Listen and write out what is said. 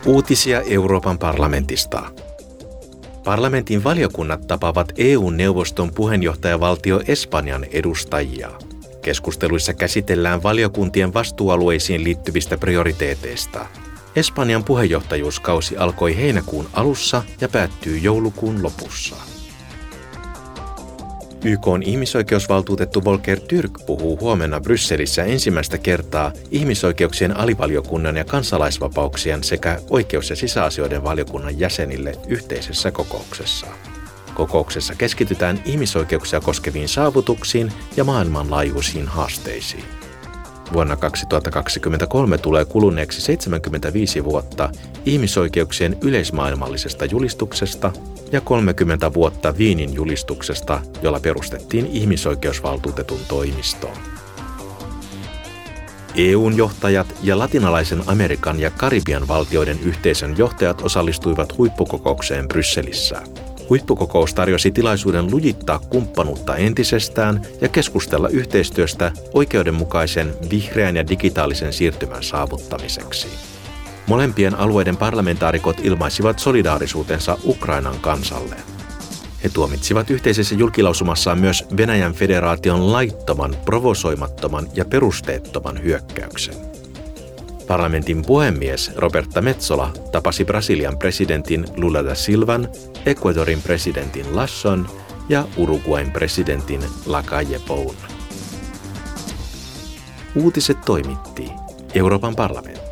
Uutisia Euroopan parlamentista. Parlamentin valiokunnat tapaavat EU-neuvoston puheenjohtajavaltio Espanjan edustajia. Keskusteluissa käsitellään valiokuntien vastuualueisiin liittyvistä prioriteeteista. Espanjan puheenjohtajuuskausi alkoi heinäkuun alussa ja päättyy joulukuun lopussa. YK:n ihmisoikeusvaltuutettu Volker Türk puhuu huomenna Brysselissä ensimmäistä kertaa ihmisoikeuksien alivaliokunnan ja kansalaisvapauksien sekä oikeus- ja sisäasioiden valiokunnan jäsenille yhteisessä kokouksessa. Kokouksessa keskitytään ihmisoikeuksia koskeviin saavutuksiin ja maailmanlaajuisiin haasteisiin. Vuonna 2023 tulee kuluneeksi 75 vuotta ihmisoikeuksien yleismaailmallisesta julistuksesta ja 30 vuotta Wienin julistuksesta, jolla perustettiin ihmisoikeusvaltuutetun toimisto. EU:n johtajat ja latinalaisen Amerikan ja Karibian valtioiden yhteisön johtajat osallistuivat huippukokoukseen Brysselissä. Huippukokous tarjosi tilaisuuden lujittaa kumppanuutta entisestään ja keskustella yhteistyöstä oikeudenmukaisen, vihreän ja digitaalisen siirtymän saavuttamiseksi. Molempien alueiden parlamentaarikot ilmaisivat solidaarisuutensa Ukrainan kansalle. He tuomitsivat yhteisessä julkilausumassaan myös Venäjän federaation laittoman, provosoimattoman ja perusteettoman hyökkäyksen. Parlamentin puhemies Roberta Metsola tapasi Brasilian presidentin Lula da Silvan, Ecuadorin presidentin Lasson ja Uruguayn presidentin Lacalle Pou. Uutiset toimitti Euroopan parlamentti.